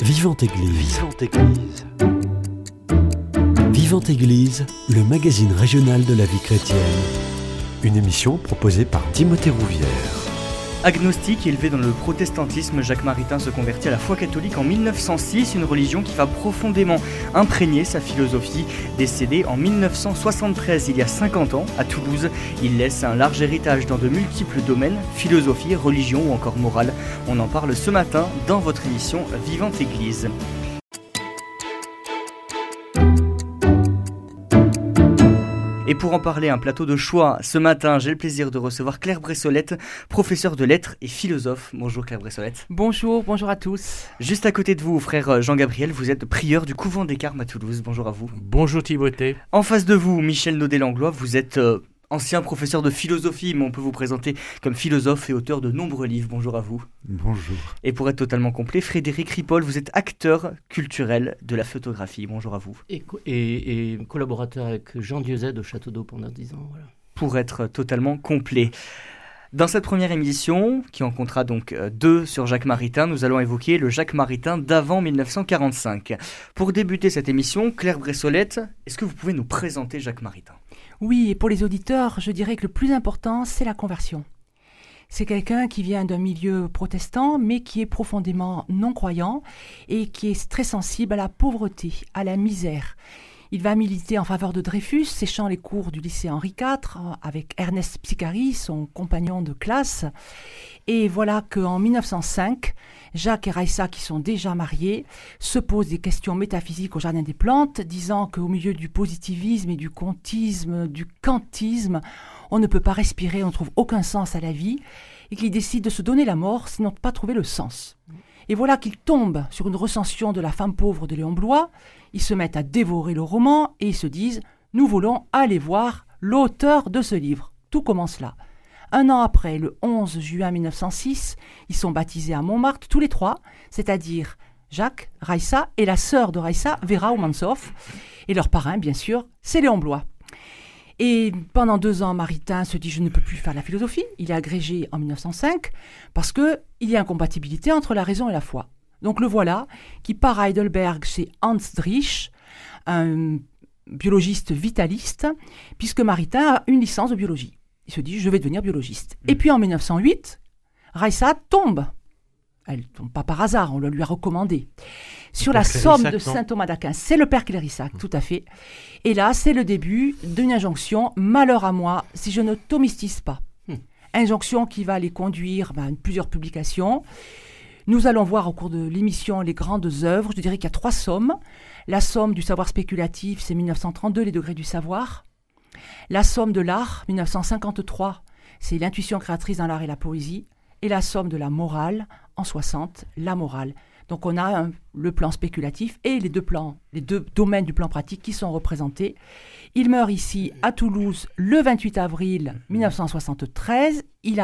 Vivante Église. Vivante Église. Vivante Église, le magazine régional de la vie chrétienne. Une émission proposée par Timothée Rouvière. Agnostique et élevé dans le protestantisme, Jacques Maritain se convertit à la foi catholique en 1906, une religion qui va profondément imprégner sa philosophie. Décédé en 1973, il y a 50 ans, à Toulouse, il laisse un large héritage dans de multiples domaines, philosophie, religion ou encore morale. On en parle ce matin dans votre émission Vivante Église. Et pour en parler, un plateau de choix. Ce matin, j'ai le plaisir de recevoir Claire Bressolette, professeure de lettres et philosophe. Bonjour Claire Bressolette. Bonjour à tous. Juste à côté de vous, frère Jean-Gabriel, vous êtes prieur du couvent des Carmes à Toulouse. Bonjour à vous. Bonjour Timothée. En face de vous, Michel Naudet-Langlois, vous êtes ancien professeur de philosophie, mais on peut vous présenter comme philosophe et auteur de nombreux livres. Bonjour à vous. Bonjour. Et pour être totalement complet, Frédéric Ripoll, vous êtes acteur culturel de la photographie. Bonjour à vous. Et collaborateur avec Jean Dieuset au Château d'Eau pendant 10 ans. Voilà. Pour être totalement complet. Dans cette première émission, qui en comptera donc 2 sur Jacques Maritain, nous allons évoquer le Jacques Maritain d'avant 1945. Pour débuter cette émission, Claire Bressolette, est-ce que vous pouvez nous présenter Jacques Maritain ? Oui, et pour les auditeurs, je dirais que le plus important, c'est la conversion. C'est quelqu'un qui vient d'un milieu protestant, mais qui est profondément non-croyant et qui est très sensible à la pauvreté, à la misère. Il va militer en faveur de Dreyfus, séchant les cours du lycée Henri IV, avec Ernest Psicari, son compagnon de classe. Et voilà qu'en 1905, Jacques et Raissa, qui sont déjà mariés, se posent des questions métaphysiques au Jardin des Plantes, disant qu'au milieu du positivisme et du comtisme, du kantisme, on ne peut pas respirer, on ne trouve aucun sens à la vie, et qu'ils décident de se donner la mort sinon de pas trouver le sens. Et voilà qu'ils tombent sur une recension de la femme pauvre de Léon Bloy. Ils se mettent à dévorer le roman et ils se disent « Nous voulons aller voir l'auteur de ce livre ». Tout commence là. Un an après, le 11 juin 1906, ils sont baptisés à Montmartre, tous les trois, c'est-à-dire Jacques, Raissa et la sœur de Raissa, Vera Oumansov. Et leur parrain, bien sûr, c'est Léon Bloy. Et pendant 2 ans, Maritain se dit « Je ne peux plus faire la philosophie ». Il est agrégé en 1905 parce qu'il y a incompatibilité entre la raison et la foi. Donc le voilà qui part à Heidelberg chez Hans Driesch, un biologiste vitaliste, puisque Maritain a une licence de biologie. Il se dit « Je vais devenir biologiste ». Et puis en 1908, Raissa tombe. Elle ne tombe pas par hasard, on le lui a recommandé. Sur la somme de saint Thomas d'Aquin. C'est le père Clérissac, tout à fait. Et là, c'est le début d'une injonction « Malheur à moi si je ne thomistise pas ». Injonction qui va les conduire à plusieurs publications. Nous allons voir au cours de l'émission les grandes œuvres. Je dirais qu'il y a 3 sommes. La somme du savoir spéculatif, c'est 1932, les degrés du savoir. La somme de l'art, 1953, c'est l'intuition créatrice dans l'art et la poésie. Et la somme de la morale, en 60, la morale. Donc on a le plan spéculatif et les deux domaines du plan pratique qui sont représentés. Il meurt ici à Toulouse le 28 avril 1973. Il a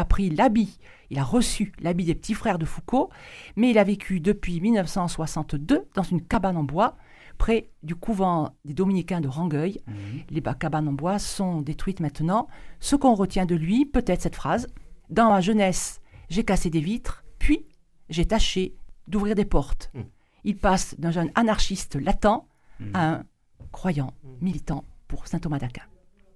reçu l'habit des petits frères de Foucault, mais il a vécu depuis 1962 dans une cabane en bois près du couvent des Dominicains de Rangueil. Les cabanes en bois sont détruites maintenant. Ce qu'on retient de lui, peut-être cette phrase « Dans ma jeunesse, j'ai cassé des vitres, puis j'ai tâché d'ouvrir des portes. » Il passe d'un jeune anarchiste latent à un croyant militant pour saint Thomas d'Aquin.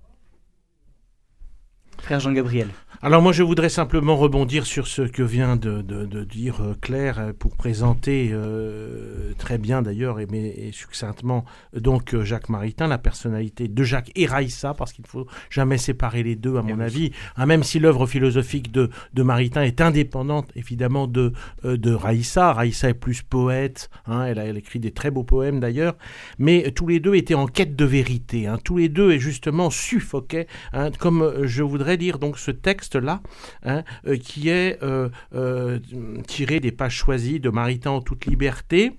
Frère Jean-Gabriel. Alors moi je voudrais simplement rebondir sur ce que vient de dire Claire pour présenter très bien d'ailleurs et succinctement donc Jacques Maritain, la personnalité de Jacques et Raissa, parce qu'il ne faut jamais séparer les deux à mon avis, même si l'œuvre philosophique de Maritain est indépendante évidemment de Raissa. Raissa est plus poète, elle écrit des très beaux poèmes d'ailleurs, mais tous les deux étaient en quête de vérité, tous les deux et justement suffoquaient, comme je voudrais dire donc ce texte là, qui est tiré des pages choisies de Maritain en toute liberté.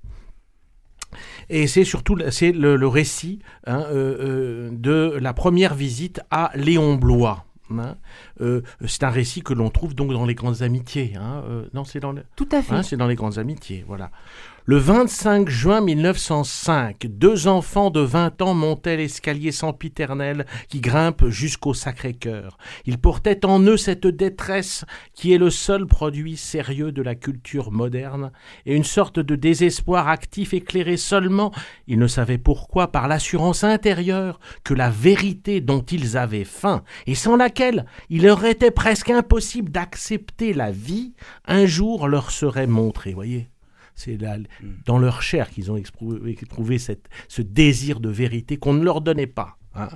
Et c'est surtout le récit de la première visite à Léon Bloy. C'est un récit que l'on trouve donc dans les Grandes Amitiés. Non, c'est dans Tout à fait. C'est dans les Grandes Amitiés, voilà. Le 25 juin 1905, 2 enfants de 20 ans montaient l'escalier sempiternel qui grimpe jusqu'au Sacré-Cœur. Ils portaient en eux cette détresse qui est le seul produit sérieux de la culture moderne et une sorte de désespoir actif éclairé seulement, ils ne savaient pourquoi, par l'assurance intérieure que la vérité dont ils avaient faim et sans laquelle il leur était presque impossible d'accepter la vie, un jour leur serait montrée, voyez. C'est là, dans leur chair qu'ils ont éprouvé ce désir de vérité qu'on ne leur donnait pas. Hein.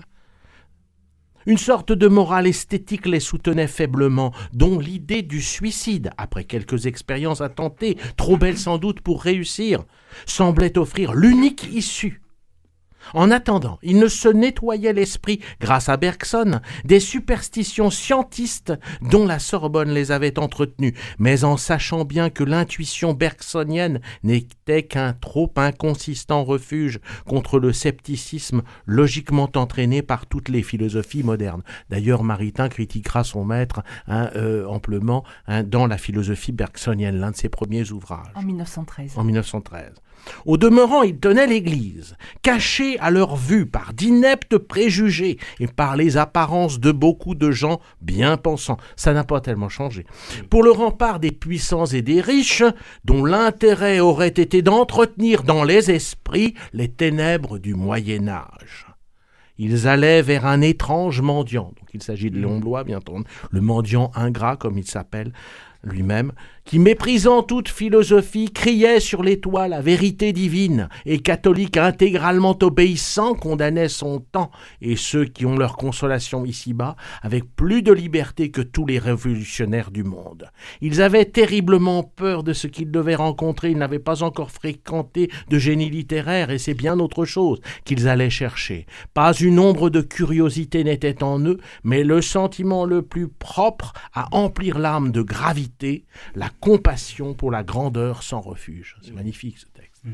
Une sorte de morale esthétique les soutenait faiblement, dont l'idée du suicide, après quelques expériences à tenter, trop belles sans doute pour réussir, semblait offrir l'unique issue. En attendant, ils ne se nettoyaient l'esprit, grâce à Bergson, des superstitions scientistes dont la Sorbonne les avait entretenues, mais en sachant bien que l'intuition bergsonienne n'était qu'un trop inconsistant refuge contre le scepticisme logiquement entraîné par toutes les philosophies modernes. D'ailleurs, Maritain critiquera son maître amplement dans la philosophie bergsonienne, l'un de ses premiers ouvrages. En 1913. En 1913. Au demeurant, ils tenaient l'Église, cachée à leur vue par d'ineptes préjugés et par les apparences de beaucoup de gens bien pensants. Ça n'a pas tellement changé. Pour le rempart des puissants et des riches, dont l'intérêt aurait été d'entretenir dans les esprits les ténèbres du Moyen-Âge. Ils allaient vers un étrange mendiant, donc il s'agit de Léon Bloy, bien entendu, le mendiant ingrat, comme il s'appelle lui-même, qui, méprisant toute philosophie, criait sur les toits la vérité divine, et catholique intégralement obéissant, condamnait son temps et ceux qui ont leur consolation ici-bas, avec plus de liberté que tous les révolutionnaires du monde. Ils avaient terriblement peur de ce qu'ils devaient rencontrer, ils n'avaient pas encore fréquenté de génie littéraire, et c'est bien autre chose qu'ils allaient chercher. Pas une ombre de curiosité n'était en eux, mais le sentiment le plus propre à emplir l'âme de gravité, la compassion pour la grandeur sans refuge. C'est magnifique ce texte.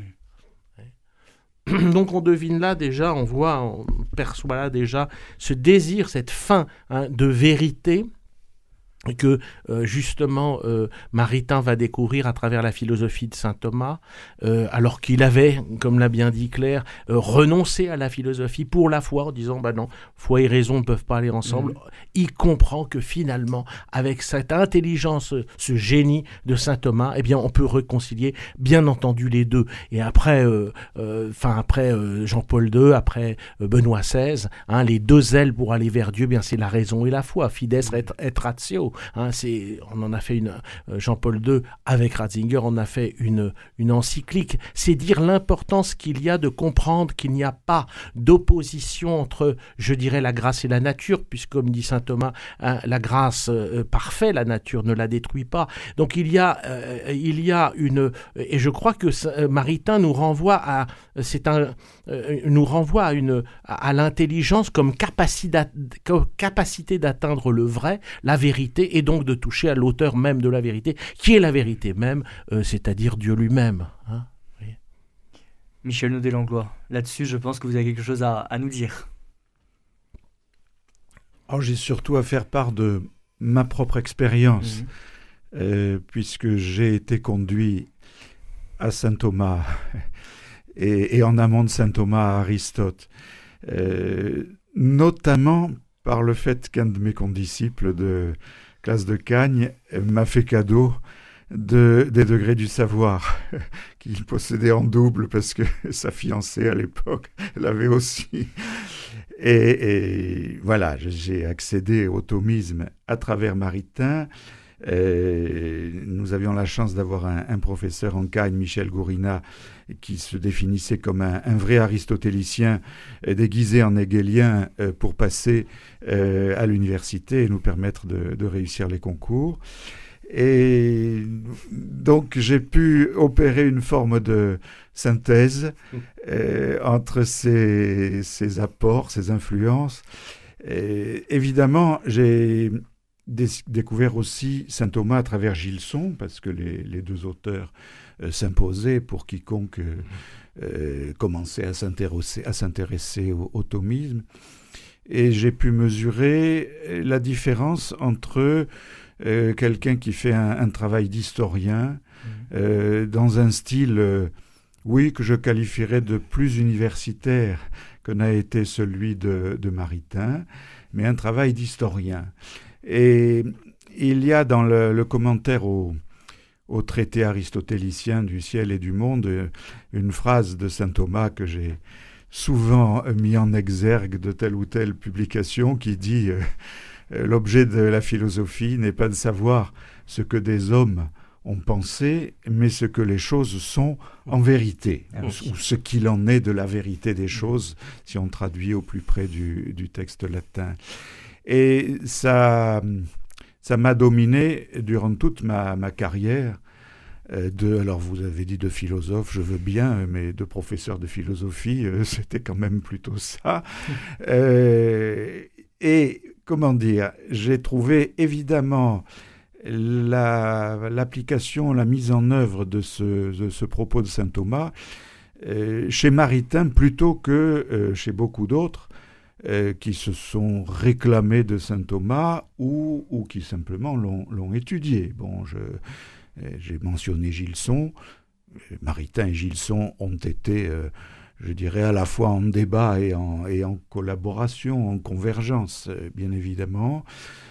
Donc on devine là déjà, on perçoit là déjà ce désir, cette faim de vérité que justement Maritain va découvrir à travers la philosophie de saint Thomas, alors qu'il avait, comme l'a bien dit Claire, renoncé à la philosophie pour la foi, en disant non, foi et raison ne peuvent pas aller ensemble. Il comprend que finalement, avec cette intelligence, ce génie de saint Thomas, eh bien on peut réconcilier bien entendu les deux. Et après, après Jean-Paul II, après Benoît XVI, les deux ailes pour aller vers Dieu, bien c'est la raison et la foi, fides et ratio. On en a fait une, Jean-Paul II avec Ratzinger, on a fait une encyclique. C'est dire l'importance qu'il y a de comprendre qu'il n'y a pas d'opposition entre, je dirais, la grâce et la nature, puisque comme dit saint Thomas, la grâce parfaite, la nature ne la détruit pas. Donc il y a une, et je crois que Maritain nous renvoie à l'intelligence comme capacité d'atteindre le vrai, la vérité, et donc de toucher à l'auteur même de la vérité, qui est la vérité même, c'est-à-dire Dieu lui-même. Oui. Michel Naudet-Langlois, là-dessus, je pense que vous avez quelque chose à nous dire. Alors, j'ai surtout à faire part de ma propre expérience, puisque j'ai été conduit à saint Thomas et en amont de saint Thomas à Aristote, notamment par le fait qu'un de mes condisciples de classe de Cagnes m'a fait cadeau des degrés du savoir qu'il possédait en double parce que sa fiancée à l'époque l'avait aussi. Et voilà, j'ai accédé au thomisme à travers Maritain. Nous avions la chance d'avoir un professeur en Cagnes, Michel Gourina, qui se définissait comme un vrai aristotélicien déguisé en hégélien pour passer à l'université et nous permettre de réussir les concours. Et donc j'ai pu opérer une forme de synthèse entre ces apports, ces influences. Évidemment, j'ai découvert aussi saint Thomas à travers Gilson, parce que les deux auteurs s'imposaient pour quiconque commençait à s'intéresser au thomisme. Et j'ai pu mesurer la différence entre quelqu'un qui fait un travail d'historien dans un style oui, que je qualifierais de plus universitaire que n'a été celui de Maritain, mais un travail d'historien. Et il y a dans le commentaire au traité aristotélicien du ciel et du monde une phrase de saint Thomas que j'ai souvent mis en exergue de telle ou telle publication qui dit l'objet de la philosophie n'est pas de savoir ce que des hommes ont pensé, mais ce que les choses sont en vérité, ou ce qu'il en est de la vérité des choses, si on traduit au plus près du texte latin. Et ça m'a dominé durant toute ma carrière. Alors vous avez dit de philosophe, je veux bien, mais de professeur de philosophie, c'était quand même plutôt ça. Et comment dire, j'ai trouvé évidemment l'application, la mise en œuvre de ce propos de saint Thomas chez Maritain plutôt que chez beaucoup d'autres qui se sont réclamés de saint Thomas ou qui simplement l'ont étudié. Bon, j'ai mentionné Gilson. Maritain et Gilson ont été, je dirais, à la fois en débat et en collaboration, en convergence, bien évidemment.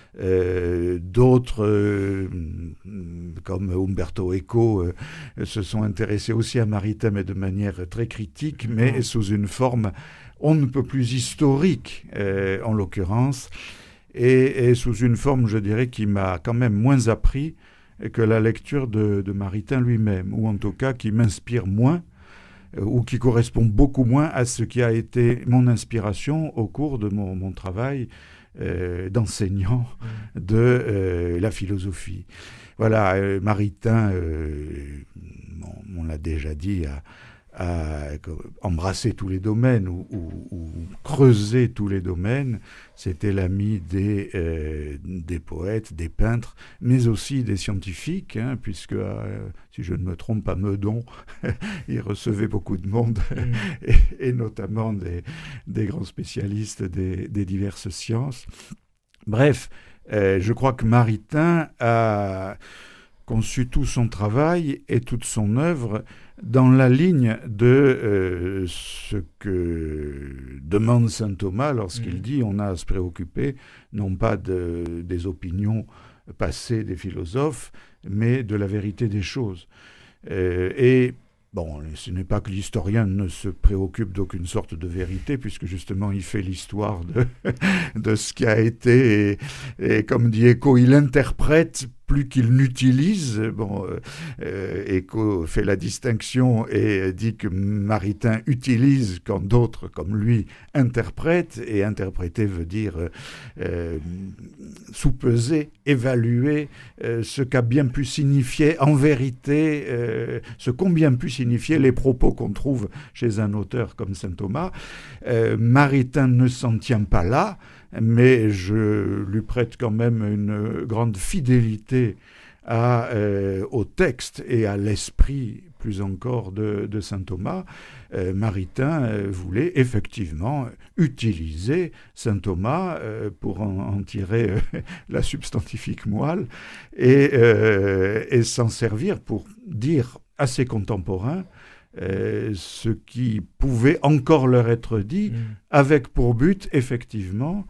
D'autres, comme Umberto Eco, se sont intéressés aussi à Maritain, mais de manière très critique, mais sous une forme on ne peut plus historique, en l'occurrence, et sous une forme, je dirais, qui m'a quand même moins appris que la lecture de Maritain lui-même, ou en tout cas qui m'inspire moins, ou qui correspond beaucoup moins à ce qui a été mon inspiration au cours de mon travail d'enseignant de la philosophie. Voilà, Maritain, on l'a déjà dit, à embrasser tous les domaines ou creuser tous les domaines. C'était l'ami des poètes, des peintres, mais aussi des scientifiques, puisque, si je ne me trompe pas, Meudon, il recevait beaucoup de monde, et notamment des grands spécialistes des diverses sciences. Bref, je crois que Maritain a conçu tout son travail et toute son œuvre dans la ligne de ce que demande saint Thomas lorsqu'il dit on a à se préoccuper non pas des opinions passées des philosophes, mais de la vérité des choses. Et bon, ce n'est pas que l'historien ne se préoccupe d'aucune sorte de vérité, puisque justement il fait l'histoire de ce qui a été, et comme dit Eco, il interprète plus qu'il n'utilise. Bon, Eco fait la distinction et dit que Maritain utilise quand d'autres, comme lui, interprètent, et interpréter veut dire sous-peser, évaluer ce qu'a bien pu signifier en vérité, ce qu'ont bien pu signifier les propos qu'on trouve chez un auteur comme saint Thomas. Maritain ne s'en tient pas là, mais je lui prête quand même une grande fidélité au texte et à l'esprit, plus encore, de saint Thomas. Maritain voulait effectivement utiliser saint Thomas pour en tirer la substantifique moelle et s'en servir pour dire à ses contemporains ce qui pouvait encore leur être dit, avec pour but, effectivement,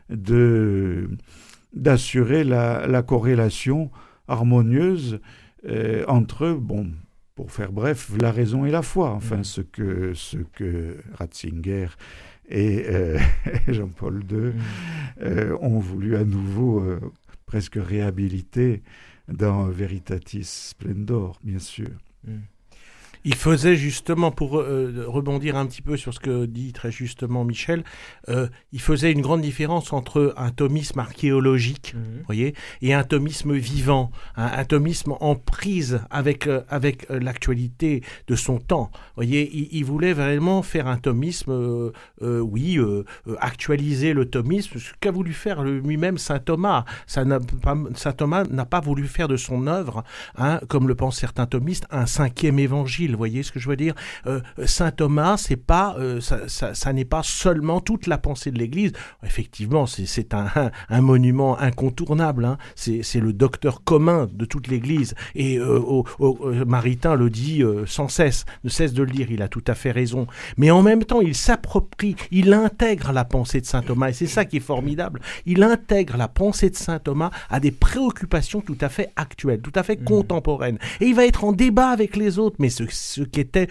d'assurer la corrélation harmonieuse entre, bon, pour faire bref, la raison et la foi. Enfin, ce que Ratzinger et Jean-Paul II ont voulu à nouveau presque réhabiliter dans Veritatis Splendor, bien sûr. Il faisait justement, pour rebondir un petit peu sur ce que dit très justement Michel, il faisait une grande différence entre un thomisme archéologique, voyez, et un thomisme vivant, un thomisme en prise avec l'actualité de son temps. Voyez, il voulait vraiment faire un thomisme, actualiser le thomisme, ce qu'a voulu faire lui-même saint Thomas. Saint Thomas n'a pas voulu faire de son œuvre, comme le pensent certains thomistes, un cinquième évangile. Vous voyez ce que je veux dire? Saint Thomas, c'est pas, ça n'est pas seulement toute la pensée de l'Église. Effectivement, c'est un monument incontournable. Hein. C'est le docteur commun de toute l'Église. Et Maritain le dit sans cesse, ne cesse de le dire. Il a tout à fait raison. Mais en même temps, il s'approprie, il intègre la pensée de saint Thomas. Et c'est ça qui est formidable. Il intègre la pensée de saint Thomas à des préoccupations tout à fait actuelles, tout à fait contemporaines. Et il va être en débat avec les autres. Mais ce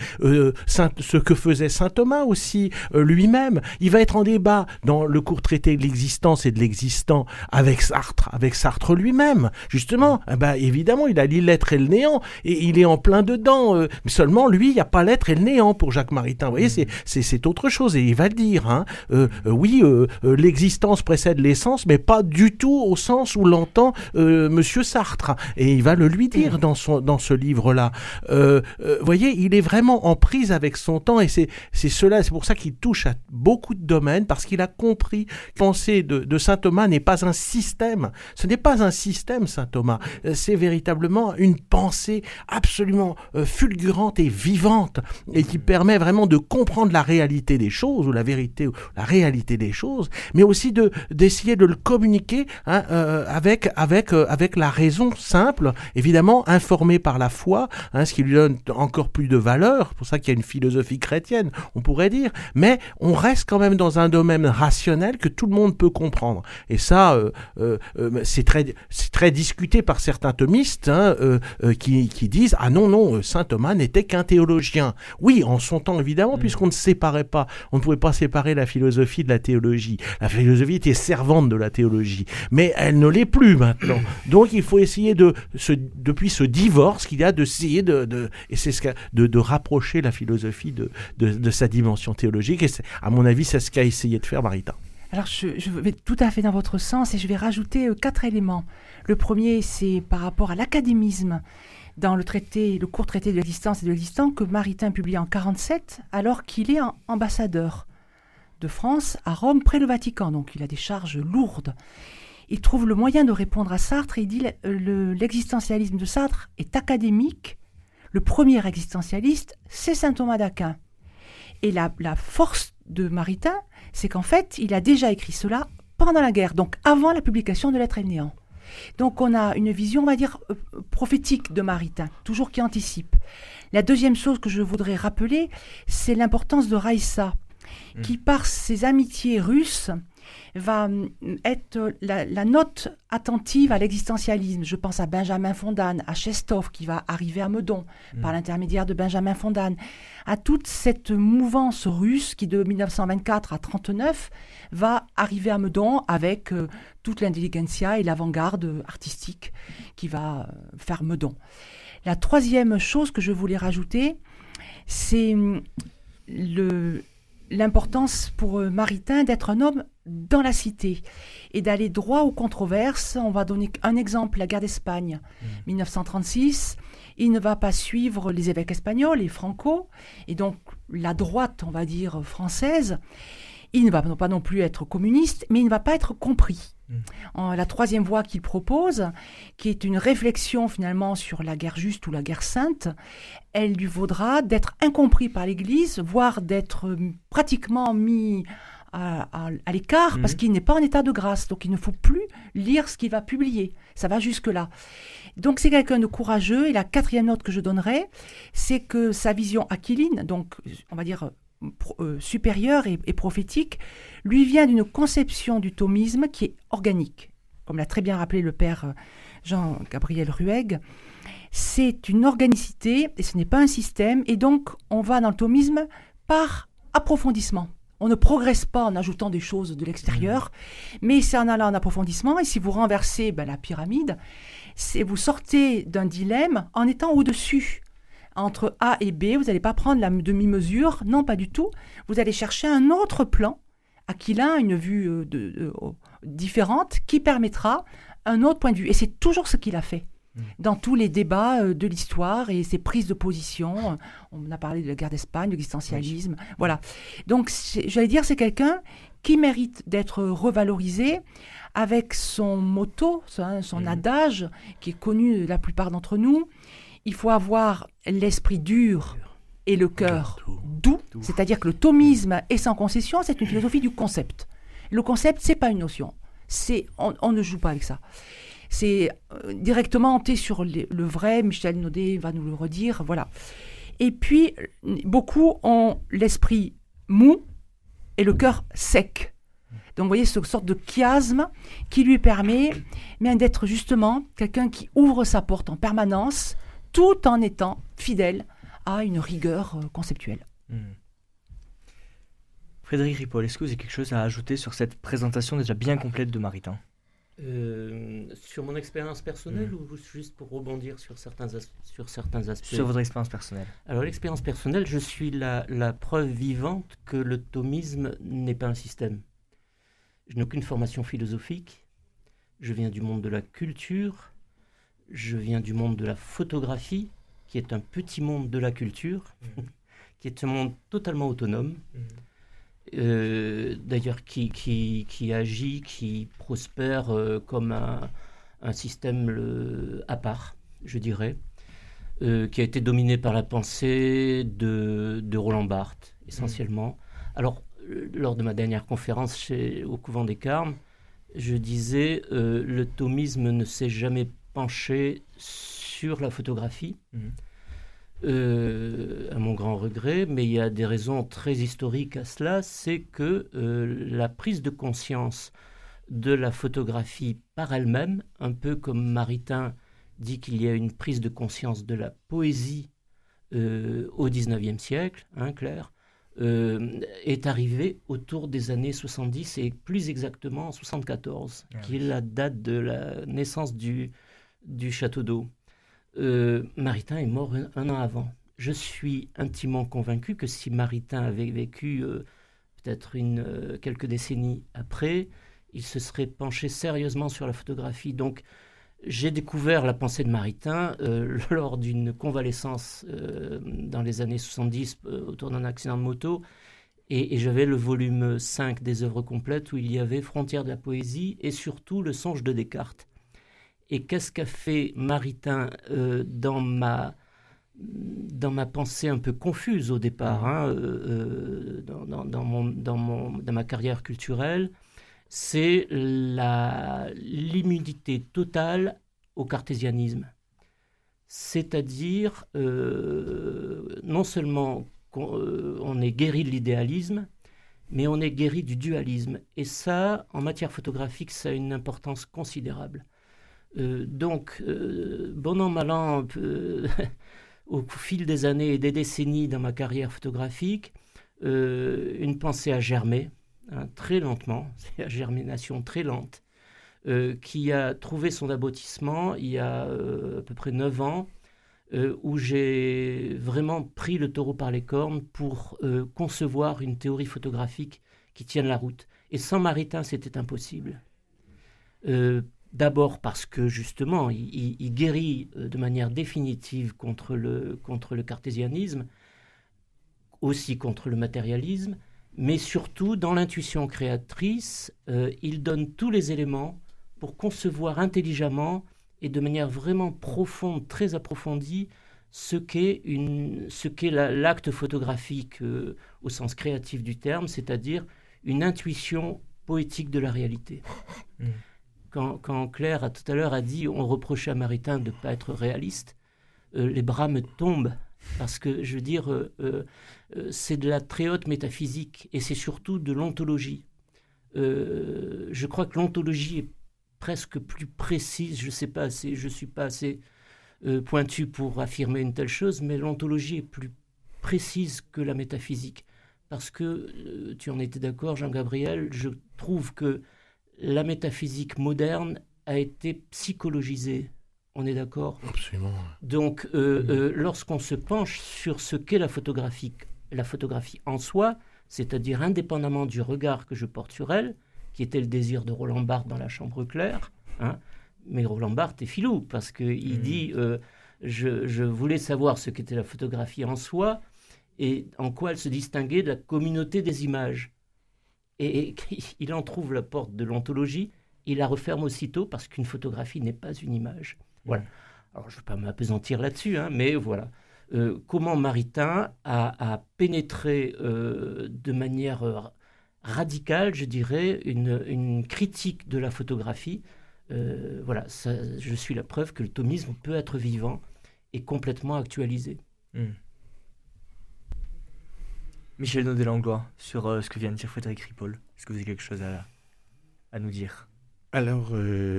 que faisait saint Thomas aussi lui-même, il va être en débat dans le court traité de l'existence et de l'existant avec Sartre lui-même. Justement, évidemment, il a lu l'être et le néant, et il est en plein dedans. Mais seulement, lui, il n'y a pas l'être et le néant pour Jacques Maritain. Vous voyez, c'est autre chose, et il va le dire. Hein. L'existence précède l'essence, mais pas du tout au sens où l'entend Monsieur Sartre. Et il va le lui dire dans ce livre-là. Voyez, il est vraiment en prise avec son temps, et c'est pour ça qu'il touche à beaucoup de domaines, parce qu'il a compris que la pensée de saint Thomas n'est pas un système. Ce n'est pas un système, saint Thomas. C'est véritablement une pensée absolument fulgurante et vivante, et qui permet vraiment de comprendre la réalité des choses, ou la vérité, ou la réalité des choses, mais aussi d'essayer de le communiquer avec la raison simple, évidemment informée par la foi, ce qui lui donne encore plus de valeur. C'est pour ça qu'il y a une philosophie chrétienne, on pourrait dire, mais on reste quand même dans un domaine rationnel que tout le monde peut comprendre. Et ça, c'est très discuté par certains thomistes qui disent « Ah non, saint Thomas n'était qu'un théologien ». Oui, en son temps, évidemment, puisqu'on ne séparait pas, on ne pouvait pas séparer la philosophie de la théologie. La philosophie était servante de la théologie, mais elle ne l'est plus maintenant. Donc il faut essayer depuis ce divorce qu'il y a, d'essayer et c'est de rapprocher la philosophie de sa dimension théologique, et à mon avis, c'est ce qu'a essayé de faire Maritain. Alors, je vais tout à fait dans votre sens, et je vais rajouter 4 éléments. Le premier, c'est par rapport à l'académisme dans le court traité de l'existence et de l'existant que Maritain publie en 1947, alors qu'il est ambassadeur de France à Rome, près le Vatican. Donc, il a des charges lourdes. Il trouve le moyen de répondre à Sartre, et il dit l'existentialisme de Sartre est académique. Le premier existentialiste, c'est saint Thomas d'Aquin. Et la force de Maritain, c'est qu'en fait, il a déjà écrit cela pendant la guerre, donc avant la publication de L'être et le néant. Donc on a une vision, on va dire, prophétique de Maritain, toujours qui anticipe. La deuxième chose que je voudrais rappeler, c'est l'importance de Raïssa, qui par ses amitiés russes va être la note attentive à l'existentialisme. Je pense à Benjamin Fondane, à Chestov qui va arriver à Meudon par l'intermédiaire de Benjamin Fondane, à toute cette mouvance russe qui de 1924 à 1939 va arriver à Meudon avec toute l'intelligentsia et l'avant-garde artistique qui va faire Meudon. La troisième chose que je voulais rajouter, c'est l'importance pour Maritain d'être un homme dans la cité et d'aller droit aux controverses. On va donner un exemple, la guerre d'Espagne, 1936. Il ne va pas suivre les évêques espagnols, les Franco, et donc la droite, on va dire, française. Il ne va pas non plus être communiste, mais il ne va pas être compris. La troisième voie qu'il propose, qui est une réflexion finalement sur la guerre juste ou la guerre sainte, elle lui vaudra d'être incompris par l'Église, voire d'être pratiquement mis à l'écart, parce qu'il n'est pas en état de grâce. Donc il ne faut plus lire ce qu'il va publier. Ça va jusque-là. Donc c'est quelqu'un de courageux. Et la quatrième note que je donnerai, c'est que sa vision aquiline, donc on va dire supérieure et prophétique, lui vient d'une conception du thomisme qui est organique. Comme l'a très bien rappelé le père Jean-Gabriel Rueg, c'est une organicité et ce n'est pas un système. Et donc on va dans le thomisme par approfondissement. On ne progresse pas en ajoutant des choses de l'extérieur, mais c'est en allant en approfondissement. Et si vous renversez la pyramide, vous sortez d'un dilemme en étant au-dessus. Entre A et B, vous n'allez pas prendre la demi-mesure, non, pas du tout. Vous allez chercher un autre plan, aquilin, une vue différente, qui permettra un autre point de vue. Et c'est toujours ce qu'il a fait dans tous les débats de l'histoire et ses prises de position. On a parlé de la guerre d'Espagne, de l'existentialisme, voilà. Donc, j'allais dire, c'est quelqu'un qui mérite d'être revalorisé avec son motto, son adage, qui est connu de la plupart d'entre nous. Il faut avoir l'esprit dur et le cœur doux, c'est-à-dire que le thomisme est sans concession, c'est une philosophie du concept. Le concept, c'est pas une notion. On ne joue pas avec ça. C'est directement hanté sur le vrai. Michel Naudet va nous le redire. Voilà. Et puis, beaucoup ont l'esprit mou et le cœur sec. Donc, vous voyez, cette sorte de chiasme qui lui permet d'être justement quelqu'un qui ouvre sa porte en permanence, tout en étant fidèle à une rigueur conceptuelle. Frédéric Ripoll, est-ce que vous avez quelque chose à ajouter sur cette présentation déjà bien complète de Maritain ? Sur mon expérience personnelle ou juste pour rebondir sur certains aspects? Sur votre expérience personnelle. Alors l'expérience personnelle, je suis la preuve vivante que le thomisme n'est pas un système. Je n'ai aucune formation philosophique, je viens du monde de la culture, je viens du monde de la photographie, qui est un petit monde de la culture, qui est un monde totalement autonome. D'ailleurs qui agit, qui prospère comme un système à part, je dirais, qui a été dominé par la pensée de Roland Barthes, essentiellement. Alors, lors de ma dernière conférence au Couvent des Carmes, je disais le thomisme ne s'est jamais penché sur la photographie, à mon grand regret, mais il y a des raisons très historiques à cela, c'est que la prise de conscience de la photographie par elle-même, un peu comme Maritain dit qu'il y a une prise de conscience de la poésie au XIXe siècle, Claire, est arrivée autour des années 70 et plus exactement en 74, qui est la date de la naissance du château d'eau. Maritain est mort un an avant. Je suis intimement convaincu que si Maritain avait vécu peut-être quelques décennies après, il se serait penché sérieusement sur la photographie. Donc j'ai découvert la pensée de Maritain lors d'une convalescence dans les années 70 autour d'un accident de moto, et j'avais le volume 5 des œuvres complètes où il y avait Frontières de la poésie et surtout Le songe de Descartes. Et qu'est-ce qu'a fait Maritain dans ma pensée un peu confuse au départ, dans ma carrière culturelle, c'est l'immunité totale au cartésianisme. C'est-à-dire, non seulement on est guéri de l'idéalisme, mais on est guéri du dualisme. Et ça, en matière photographique, ça a une importance considérable. Donc, bon an, mal an, au fil des années et des décennies dans ma carrière photographique, une pensée a germé, très lentement, c'est la germination très lente, qui a trouvé son aboutissement il y a à peu près 9 ans, où j'ai vraiment pris le taureau par les cornes pour concevoir une théorie photographique qui tienne la route. Et sans Maritain, c'était impossible. D'abord parce que justement, il guérit de manière définitive contre le cartésianisme, aussi contre le matérialisme, mais surtout dans l'intuition créatrice, il donne tous les éléments pour concevoir intelligemment et de manière vraiment profonde, très approfondie, ce qu'est l'acte photographique au sens créatif du terme, c'est-à-dire une intuition poétique de la réalité. Quand Claire, tout à l'heure, a dit on reprochait à Maritain de ne pas être réaliste, les bras me tombent, parce que, je veux dire, c'est de la très haute métaphysique, et c'est surtout de l'ontologie. Je crois que l'ontologie est presque plus précise, je ne suis pas assez pointu pour affirmer une telle chose, mais l'ontologie est plus précise que la métaphysique. Parce que, tu en étais d'accord, Jean-Gabriel, je trouve que la métaphysique moderne a été psychologisée. On est d'accord ? Absolument. Donc, lorsqu'on se penche sur ce qu'est la photographie en soi, c'est-à-dire indépendamment du regard que je porte sur elle, qui était le désir de Roland Barthes dans La Chambre claire, mais Roland Barthes est filou, parce qu'il dit je voulais savoir ce qu'était la photographie en soi et en quoi elle se distinguait de la communauté des images. Et il en trouve la porte de l'ontologie, il la referme aussitôt parce qu'une photographie n'est pas une image. Voilà. Alors, je ne vais pas m'appesantir là-dessus, mais voilà. comment Maritain a pénétré de manière radicale, je dirais, une critique de la photographie. Voilà, je suis la preuve que le thomisme peut être vivant et complètement actualisé. Michel Naudet-Langlois, sur ce que vient de dire Frédéric Ripoll, est-ce que vous avez quelque chose à nous dire? Alors,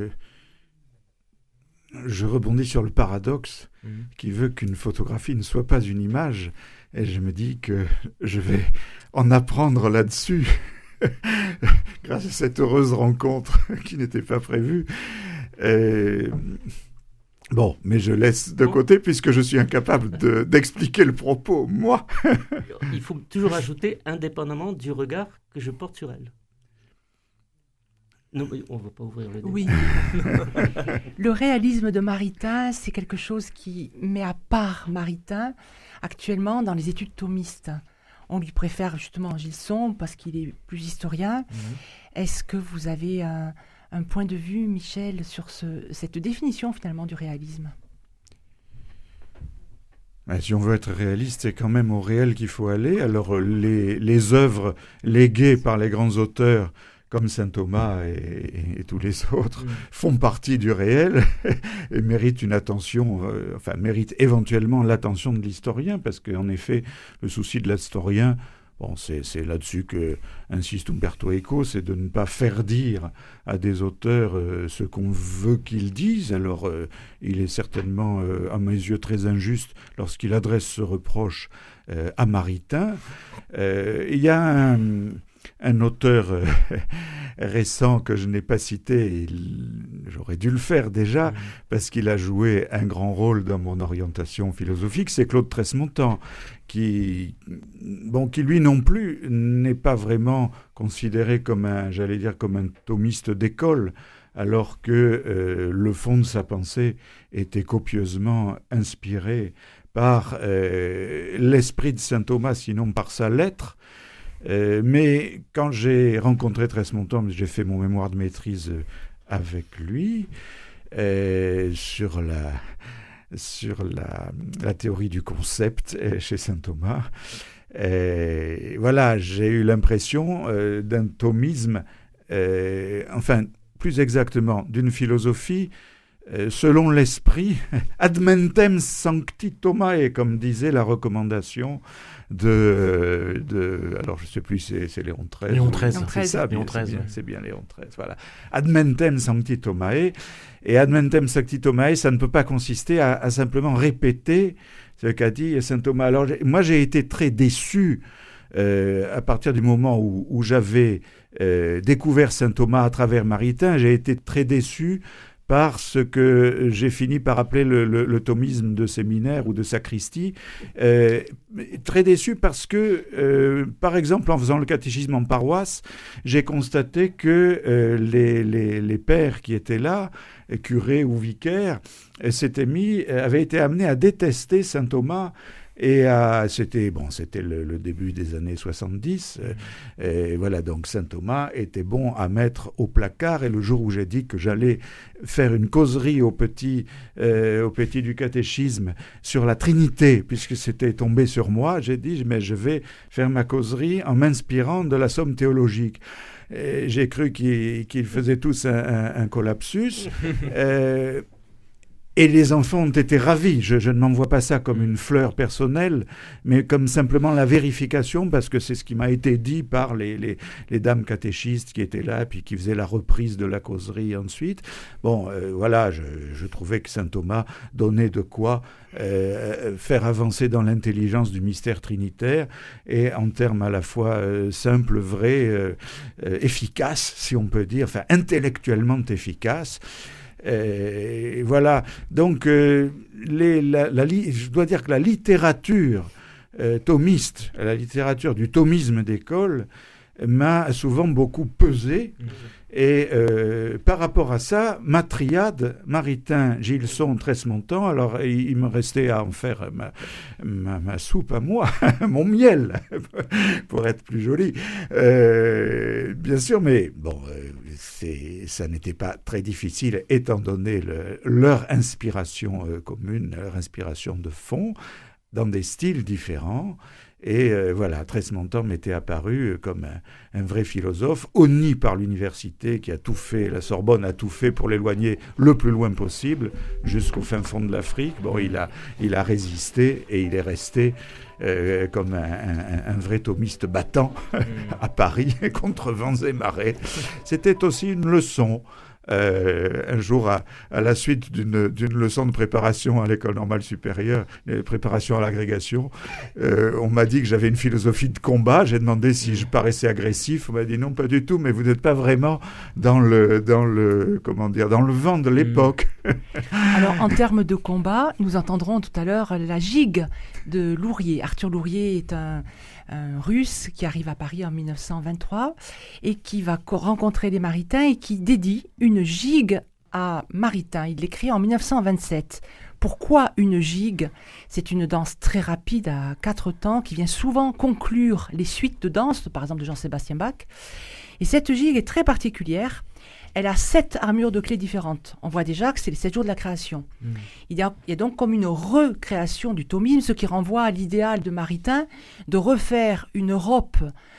je rebondis sur le paradoxe qui veut qu'une photographie ne soit pas une image, et je me dis que je vais en apprendre là-dessus grâce à cette heureuse rencontre qui n'était pas prévue. Bon, mais je laisse de côté puisque je suis incapable d'expliquer le propos, moi. Il faut toujours ajouter indépendamment du regard que je porte sur elle. Non, on ne va pas ouvrir le débat. Oui. Le réalisme de Maritain, c'est quelque chose qui met à part Maritain actuellement dans les études thomistes. On lui préfère justement Gilson parce qu'il est plus historien. Est-ce que vous avez un point de vue, Michel, sur cette définition finalement du réalisme? Si on veut être réaliste, c'est quand même au réel qu'il faut aller. Alors les œuvres léguées par les grands auteurs comme saint Thomas et tous les autres, font partie du réel et méritent une attention, méritent éventuellement l'attention de l'historien, parce qu'en effet, le souci de l'historien, bon, c'est là-dessus que insiste Umberto Eco, c'est de ne pas faire dire à des auteurs ce qu'on veut qu'ils disent. Alors, il est certainement, à mes yeux, très injuste lorsqu'il adresse ce reproche à Maritain. Il y a un auteur récent que je n'ai pas cité, j'aurais dû le faire déjà, parce qu'il a joué un grand rôle dans mon orientation philosophique, c'est Claude Tresmontant, qui lui non plus n'est pas vraiment considéré comme un thomiste d'école, alors que le fond de sa pensée était copieusement inspiré par l'esprit de saint Thomas, sinon par sa lettre. Mais quand j'ai rencontré Tresmontant, j'ai fait mon mémoire de maîtrise avec lui sur la théorie du concept chez saint Thomas. Voilà, j'ai eu l'impression d'un thomisme, plus exactement d'une philosophie selon l'esprit ad mentem sancti Thomae, comme disait la recommandation alors je ne sais plus, c'est Léon XIII. Léon XIII. C'est ça, Léon XIII. C'est bien Léon XIII. Voilà. Ad mentem sancti Thomae. Et ad mentem sancti Thomae, ça ne peut pas consister à simplement répéter ce qu'a dit saint Thomas. Alors moi, j'ai été très déçu à partir du moment où j'avais découvert saint Thomas à travers Maritain. J'ai été très déçu par ce que j'ai fini par appeler le thomisme de séminaire ou de sacristie. Très déçu parce que, par exemple, en faisant le catéchisme en paroisse, j'ai constaté que les pères qui étaient là, curés ou vicaires, avaient été amenés à détester saint Thomas. Et c'était le début des années 70. Et voilà, donc saint Thomas était bon à mettre au placard. Et le jour où j'ai dit que j'allais faire une causerie au petit du catéchisme sur la Trinité, puisque c'était tombé sur moi, j'ai dit, mais je vais faire ma causerie en m'inspirant de la somme théologique. Et j'ai cru qu'ils faisaient tous un collapsus. Et les enfants ont été ravis. Je ne m'envoie pas ça comme une fleur personnelle, mais comme simplement la vérification, parce que c'est ce qui m'a été dit par les dames catéchistes qui étaient là, puis qui faisaient la reprise de la causerie ensuite. Bon, voilà, je trouvais que saint Thomas donnait de quoi faire avancer dans l'intelligence du mystère trinitaire, et en termes à la fois simples, vrais, efficaces, si on peut dire, intellectuellement efficaces. Voilà, donc je dois dire que la littérature thomiste, la littérature du thomisme d'école m'a souvent beaucoup pesé. Et par rapport à ça, ma triade, Maritain, Gilson, Tresmontant, alors il me restait à en faire ma soupe à moi, mon miel, pour être plus joli. Bien sûr, mais bon, ça n'était pas très difficile, étant donné leur inspiration commune, leur inspiration de fond. dans des styles différents. Et voilà, Tresmontan m'était apparu comme un vrai philosophe, honni par l'université qui a tout fait, la Sorbonne a tout fait pour l'éloigner le plus loin possible, jusqu'au fin fond de l'Afrique. Bon, il a résisté et il est resté comme un vrai thomiste battant à Paris, contre vents et marées. C'était aussi une leçon. Un jour, à la suite d'une leçon de préparation à l'école normale supérieure, préparation à l'agrégation, on m'a dit que j'avais une philosophie de combat. J'ai demandé si je paraissais agressif. On m'a dit non, pas du tout, mais vous n'êtes pas vraiment dans le vent de l'époque. Alors, en termes de combat, nous entendrons tout à l'heure la gigue de Lourier. Arthur Lourier est un Russe qui arrive à Paris en 1923 et qui va rencontrer les Maritains et qui dédie une gigue à Maritain. Il l'écrit en 1927. Pourquoi une gigue ? C'est une danse très rapide à 4 temps qui vient souvent conclure les suites de danse, par exemple de Jean-Sébastien Bach. Et cette gigue est très particulière. Elle a 7 armures de clés différentes. On voit déjà que c'est les 7 jours de la création. Il y a donc comme une recréation du thomisme, ce qui renvoie à l'idéal de Maritain de refaire une Europe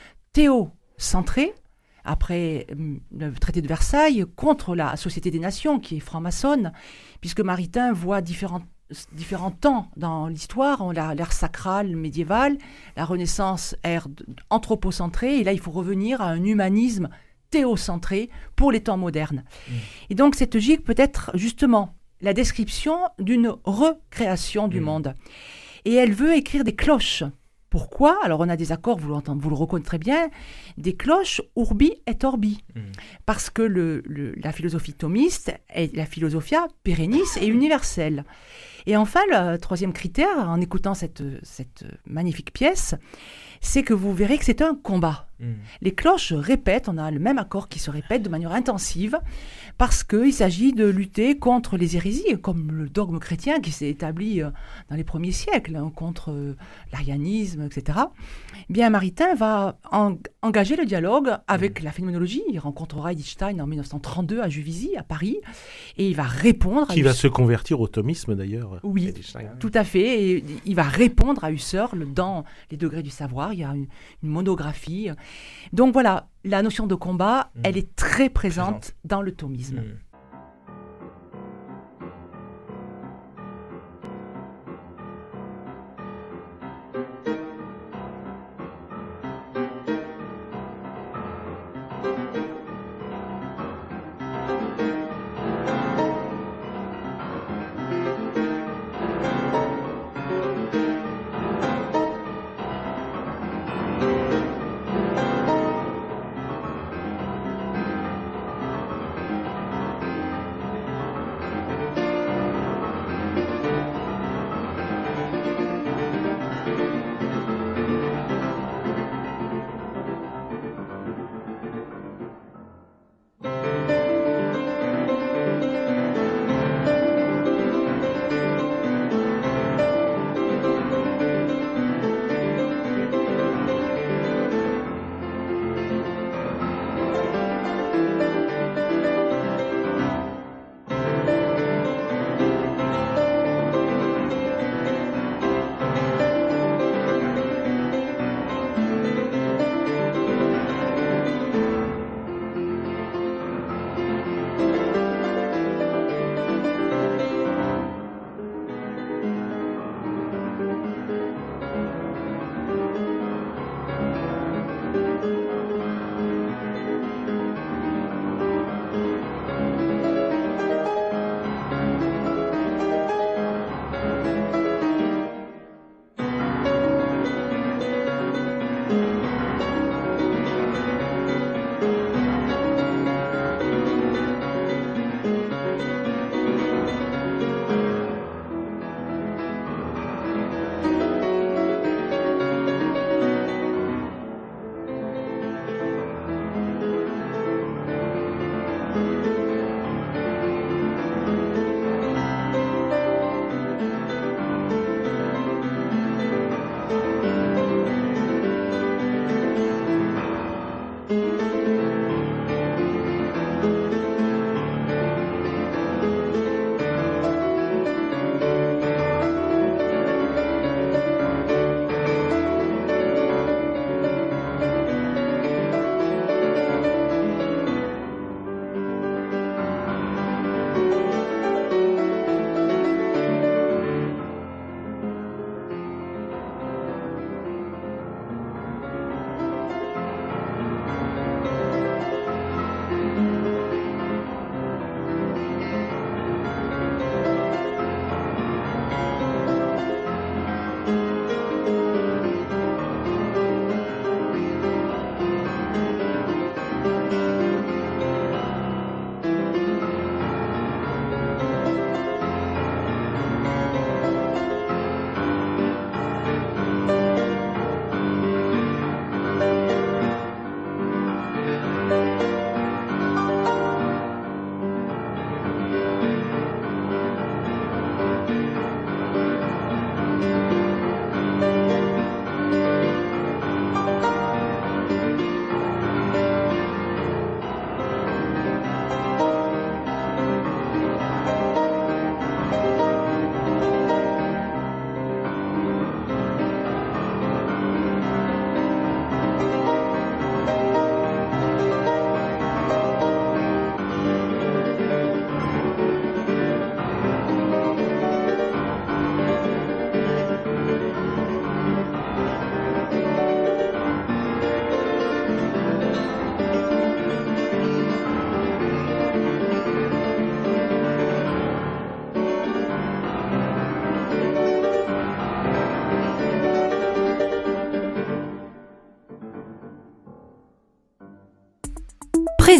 théocentrée, après le traité de Versailles, contre la Société des Nations, qui est franc-maçonne, puisque Maritain voit différents temps dans l'histoire, l'ère sacrale médiévale, la Renaissance, ère anthropocentrée, et là il faut revenir à un humanisme théocentré pour les temps modernes. Et donc cette gigue peut être justement la description d'une recréation du monde. Et elle veut écrire des cloches. Pourquoi ? Alors on a des accords, vous le reconnaîtrez bien, des cloches urbi et orbi. Parce que la philosophie thomiste, la philosophia perennis est universelle. Et enfin, le troisième critère, en écoutant cette magnifique pièce, c'est que vous verrez que c'est un combat. Les cloches répètent, on a le même accord qui se répète de manière intensive, parce qu'il s'agit de lutter contre les hérésies, comme le dogme chrétien qui s'est établi dans les premiers siècles, contre l'arianisme, etc. Bien, Maritain va engager le dialogue avec la phénoménologie. Il rencontrera Edith Stein en 1932 à Juvisy, à Paris, et il va répondre... Qui va se convertir au thomisme, d'ailleurs. Oui, tout à fait. Et il va répondre à Husserl dans Les degrés du savoir. Il y a une monographie. Donc voilà, la notion de combat, elle est très présente dans le thomisme.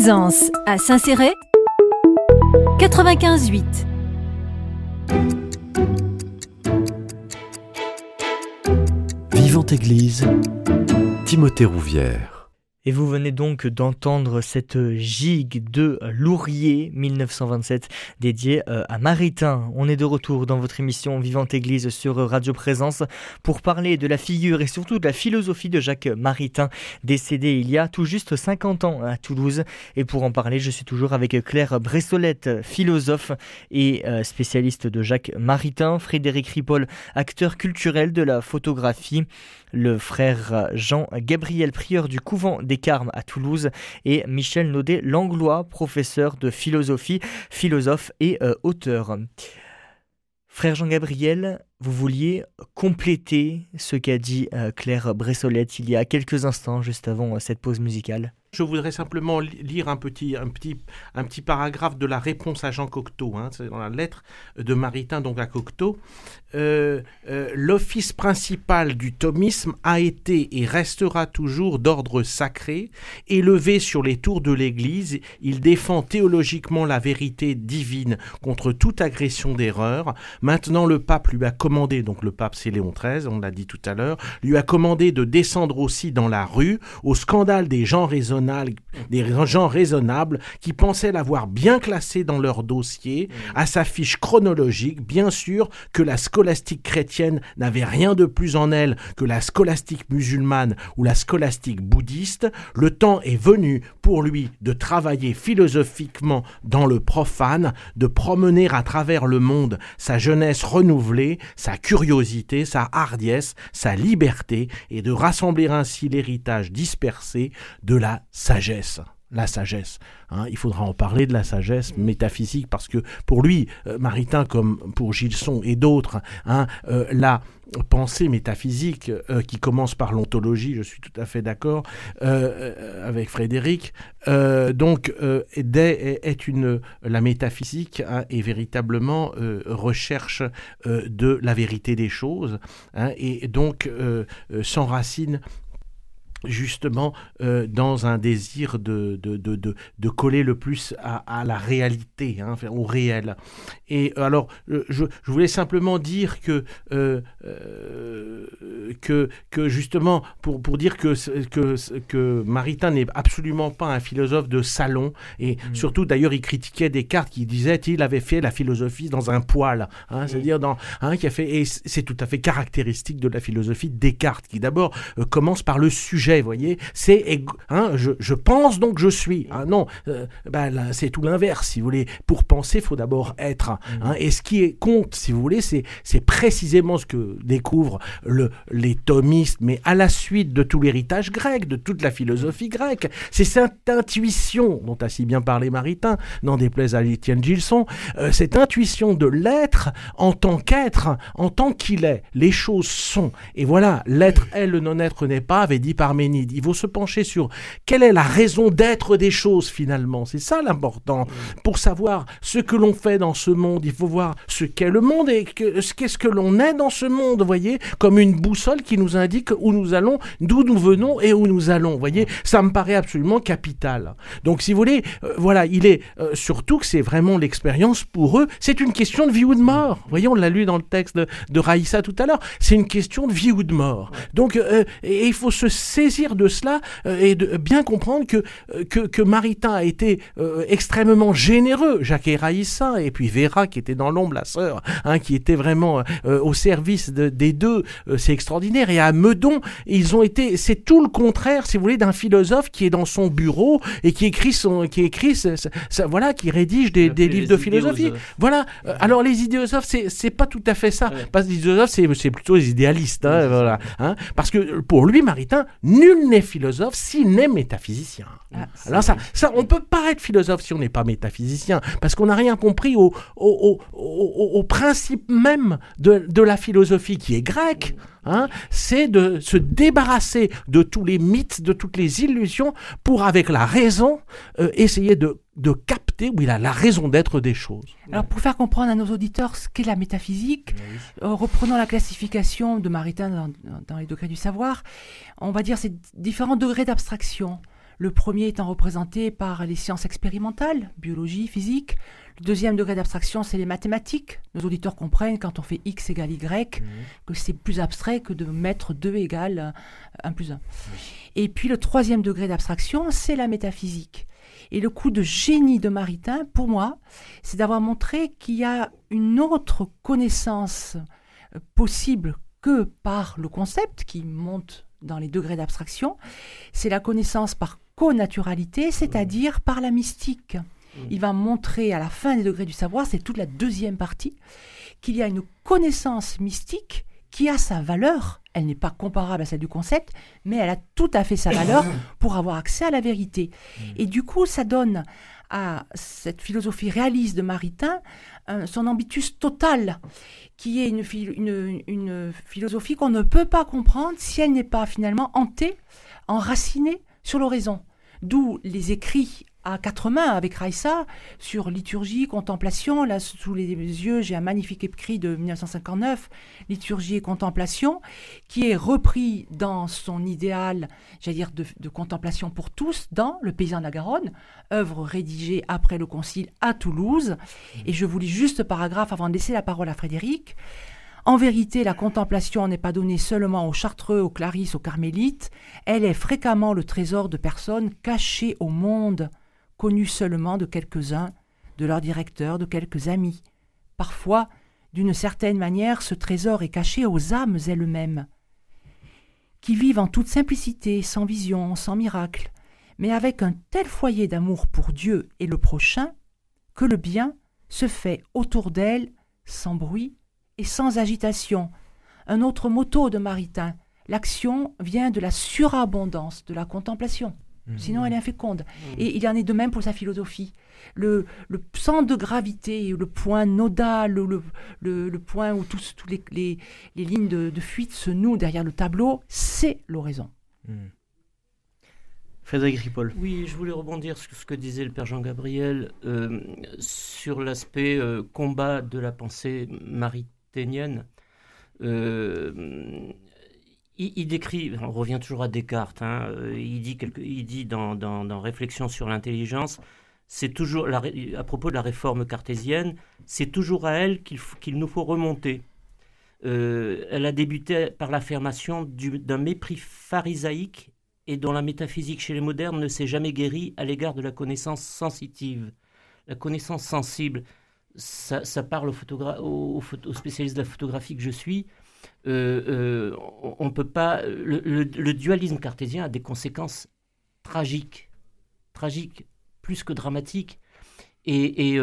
Présence à Saint-Céré 95.8. Vivante Église, Timothée Rouvière. Et vous venez donc d'entendre cette gigue de Lourier 1927 dédiée à Maritain. On est de retour dans votre émission Vivante Église sur Radio Présence pour parler de la figure et surtout de la philosophie de Jacques Maritain, décédé il y a tout juste 50 ans à Toulouse. Et pour en parler, je suis toujours avec Claire Bressolette, philosophe et spécialiste de Jacques Maritain, Frédéric Ripoll, acteur culturel de la photographie, le frère Jean-Gabriel, prieur du couvent des Carmes à Toulouse, et Michel Naudet-Langlois, professeur de philosophie, philosophe et auteur. Frère Jean-Gabriel, vous vouliez compléter ce qu'a dit Claire Bressolette il y a quelques instants, juste avant cette pause musicale. Je voudrais simplement lire un petit paragraphe de la réponse à Jean Cocteau, c'est dans la lettre de Maritain donc à Cocteau. L'office principal du thomisme a été et restera toujours d'ordre sacré. Élevé sur les tours de l'Église, il défend théologiquement la vérité divine contre toute agression d'erreur. Maintenant, le pape lui a commandé, donc le pape c'est Léon XIII, on l'a dit tout à l'heure, lui a commandé de descendre aussi dans la rue au scandale des gens raisonnables qui pensaient l'avoir bien classé dans leur dossier, à sa fiche chronologique, bien sûr que la scolastique chrétienne n'avait rien de plus en elle que la scolastique musulmane ou la scolastique bouddhiste. Le temps est venu pour lui de travailler philosophiquement dans le profane, de promener à travers le monde sa jeunesse renouvelée, sa curiosité, sa hardiesse, sa liberté, et de rassembler ainsi l'héritage dispersé de la sagesse. La sagesse. Il faudra en parler de la sagesse métaphysique parce que pour lui, Maritain, comme pour Gilson et d'autres, la pensée métaphysique qui commence par l'ontologie, je suis tout à fait d'accord avec Frédéric, la métaphysique est véritablement recherche de la vérité des choses, et donc s'enracine justement dans un désir de coller le plus à la réalité, au réel. Et alors, je voulais simplement dire que justement, pour dire que Maritain n'est absolument pas un philosophe de salon, et surtout d'ailleurs il critiquait Descartes qui disait qu'il avait fait la philosophie dans un poêle, c'est-à-dire qui a fait, et c'est tout à fait caractéristique de la philosophie de Descartes, qui d'abord commence par le sujet. Vous voyez, c'est je pense donc je suis. Non, là, c'est tout l'inverse. Si vous voulez, pour penser, il faut d'abord être. Et ce qui compte, si vous voulez, c'est précisément ce que découvrent les thomistes, mais à la suite de tout l'héritage grec, de toute la philosophie grecque. C'est cette intuition dont a si bien parlé Maritain, n'en déplaise à Étienne Gilson, cette intuition de l'être en tant qu'être, en tant qu'il est. Les choses sont. Et voilà, l'être est, le non-être n'est pas, avait dit Parménide. Il faut se pencher sur quelle est la raison d'être des choses finalement. C'est ça l'important. Pour savoir ce que l'on fait dans ce monde, il faut voir ce qu'est le monde et qu'est-ce que l'on est dans ce monde, vous voyez, comme une boussole qui nous indique où nous allons, d'où nous venons et où nous allons. Vous voyez, ça me paraît absolument capital. Donc si vous voulez, voilà, il est surtout que c'est vraiment l'expérience pour eux, c'est une question de vie ou de mort. Vous voyez, on l'a lu dans le texte de Raïssa tout à l'heure, c'est une question de vie ou de mort. Donc et il faut se saisir de cela et de bien comprendre que Maritain a été extrêmement généreux. Jacques et Raïssa, et puis Vera qui était dans l'ombre, la sœur, qui était vraiment au service des deux, c'est extraordinaire. Et à Meudon, ils ont été, c'est tout le contraire, si vous voulez, d'un philosophe qui est dans son bureau et qui rédige des livres de philosophie. Voilà. Alors les idéosophes, c'est pas tout à fait ça. Parce que les idéosophes, c'est plutôt les idéalistes. Voilà. Parce que pour lui, Maritain, nul n'est philosophe s'il n'est métaphysicien. Alors ça, on ne peut pas être philosophe si on n'est pas métaphysicien, parce qu'on n'a rien compris au principe même de la philosophie qui est grecque. C'est de se débarrasser de tous les mythes, de toutes les illusions, pour, avec la raison, essayer de capter où il a la raison d'être des choses. Alors, pour faire comprendre à nos auditeurs ce qu'est la métaphysique, reprenons la classification de Maritain dans les degrés du savoir, on va dire c'est différents degrés d'abstraction. Le premier étant représenté par les sciences expérimentales, biologie, physique. Le deuxième degré d'abstraction, c'est les mathématiques. Nos auditeurs comprennent quand on fait x égale y, que c'est plus abstrait que de mettre 2 égale 1 plus 1. Et puis le troisième degré d'abstraction, c'est la métaphysique. Et le coup de génie de Maritain, pour moi, c'est d'avoir montré qu'il y a une autre connaissance possible que par le concept qui monte dans les degrés d'abstraction. C'est la connaissance par connaturalité, c'est-à-dire par la mystique. Il va montrer à la fin des degrés du savoir, c'est toute la deuxième partie, qu'il y a une connaissance mystique qui a sa valeur. Elle n'est pas comparable à celle du concept, mais elle a tout à fait sa valeur pour avoir accès à la vérité. Et du coup, ça donne à cette philosophie réaliste de Maritain son ambitus total, qui est une philosophie qu'on ne peut pas comprendre si elle n'est pas finalement hantée, enracinée sur l'horizon. D'où les écrits à 4 mains avec Raissa sur liturgie, contemplation. Là, sous les yeux, j'ai un magnifique écrit de 1959, Liturgie et contemplation, qui est repris dans son idéal, j'allais dire, de contemplation pour tous, dans Le Paysan de la Garonne, œuvre rédigée après le concile à Toulouse. Et je vous lis juste ce paragraphe avant de laisser la parole à Frédéric. En vérité, la contemplation n'est pas donnée seulement aux Chartreux, aux Clarisses, aux Carmélites. Elle est fréquemment le trésor de personnes cachées au monde, connues seulement de quelques-uns, de leurs directeurs, de quelques amis. Parfois, d'une certaine manière, ce trésor est caché aux âmes elles-mêmes, qui vivent en toute simplicité, sans vision, sans miracle, mais avec un tel foyer d'amour pour Dieu et le prochain, que le bien se fait autour d'elles sans bruit et sans agitation. Un autre motto de Maritain, l'action vient de la surabondance de la contemplation. Sinon, elle est inféconde. Et il en est de même pour sa philosophie. Le centre de gravité, le point nodal, le point où toutes les lignes de fuite se nouent derrière le tableau, c'est l'oraison. Frédéric Ripoll. Oui, je voulais rebondir sur ce que disait le père Jean-Gabriel sur l'aspect combat de la pensée marithénienne. Il décrit, on revient toujours à Descartes, il dit dans Réflexion sur l'intelligence, c'est toujours, à propos de la réforme cartésienne, c'est toujours à elle qu'il nous faut remonter. Elle a débuté par l'affirmation d'un mépris pharisaïque et dont la métaphysique chez les modernes ne s'est jamais guérie à l'égard de la connaissance sensitive. La connaissance sensible, ça parle aux spécialistes de la photographie que je suis. On peut pas. Le dualisme cartésien a des conséquences tragiques, plus que dramatiques. Et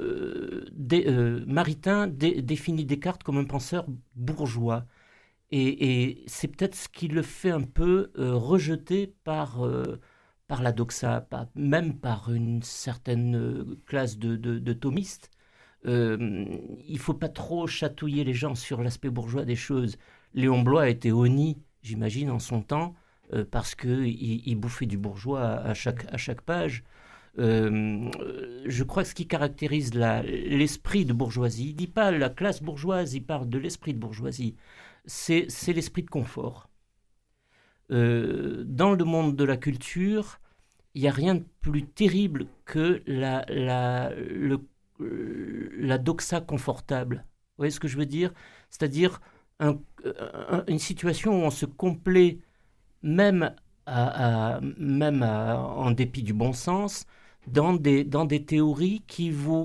Maritain définit Descartes comme un penseur bourgeois. Et c'est peut-être ce qui le fait un peu rejeté par la doxa, même par une certaine classe de thomistes. Il ne faut pas trop chatouiller les gens sur l'aspect bourgeois des choses. Léon Bloy a été honni, j'imagine, en son temps, parce qu'il bouffait du bourgeois à chaque page. Je crois que ce qui caractérise l'esprit de bourgeoisie, il ne dit pas la classe bourgeoise, il parle de l'esprit de bourgeoisie, c'est l'esprit de confort. Dans le monde de la culture, il n'y a rien de plus terrible que la doxa confortable. Vous voyez ce que je veux dire ? C'est-à-dire une situation où on se complaît, même en dépit du bon sens, dans des théories qui vous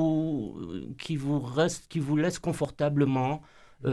laissent confortablement.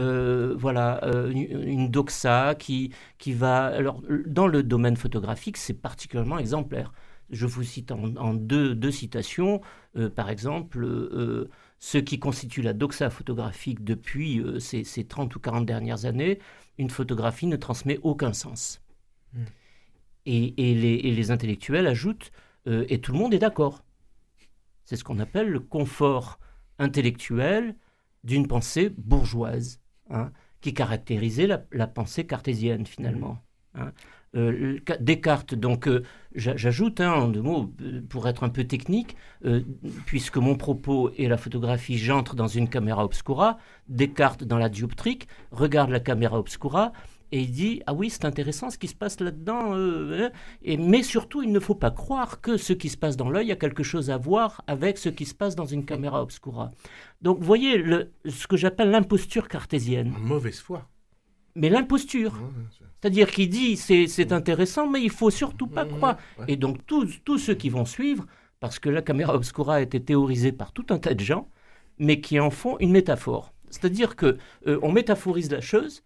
Une doxa qui va... Alors, dans le domaine photographique, c'est particulièrement exemplaire. Je vous cite en deux citations. Par exemple, ce qui constitue la doxa photographique depuis ces 30 ou 40 dernières années, une photographie ne transmet aucun sens. Et les intellectuels ajoutent, et tout le monde est d'accord. C'est ce qu'on appelle le confort intellectuel d'une pensée bourgeoise, qui caractérisait la pensée cartésienne, finalement. Descartes, donc, j'ajoute en 2 mots, pour être un peu technique, puisque mon propos est la photographie, j'entre dans une caméra obscura, Descartes, dans la dioptrique, regarde la caméra obscura et il dit « Ah oui, c'est intéressant ce qui se passe là-dedans. Mais surtout, il ne faut pas croire que ce qui se passe dans l'œil a quelque chose à voir avec ce qui se passe dans une caméra obscura. » Donc, vous voyez ce que j'appelle l'imposture cartésienne. Mauvaise foi. Mais l'imposture. C'est-à-dire qu'il dit c'est intéressant, mais il ne faut surtout pas croire. Et donc, tous ceux qui vont suivre, parce que la caméra obscura a été théorisée par tout un tas de gens, mais qui en font une métaphore. C'est-à-dire qu'on métaphorise la chose,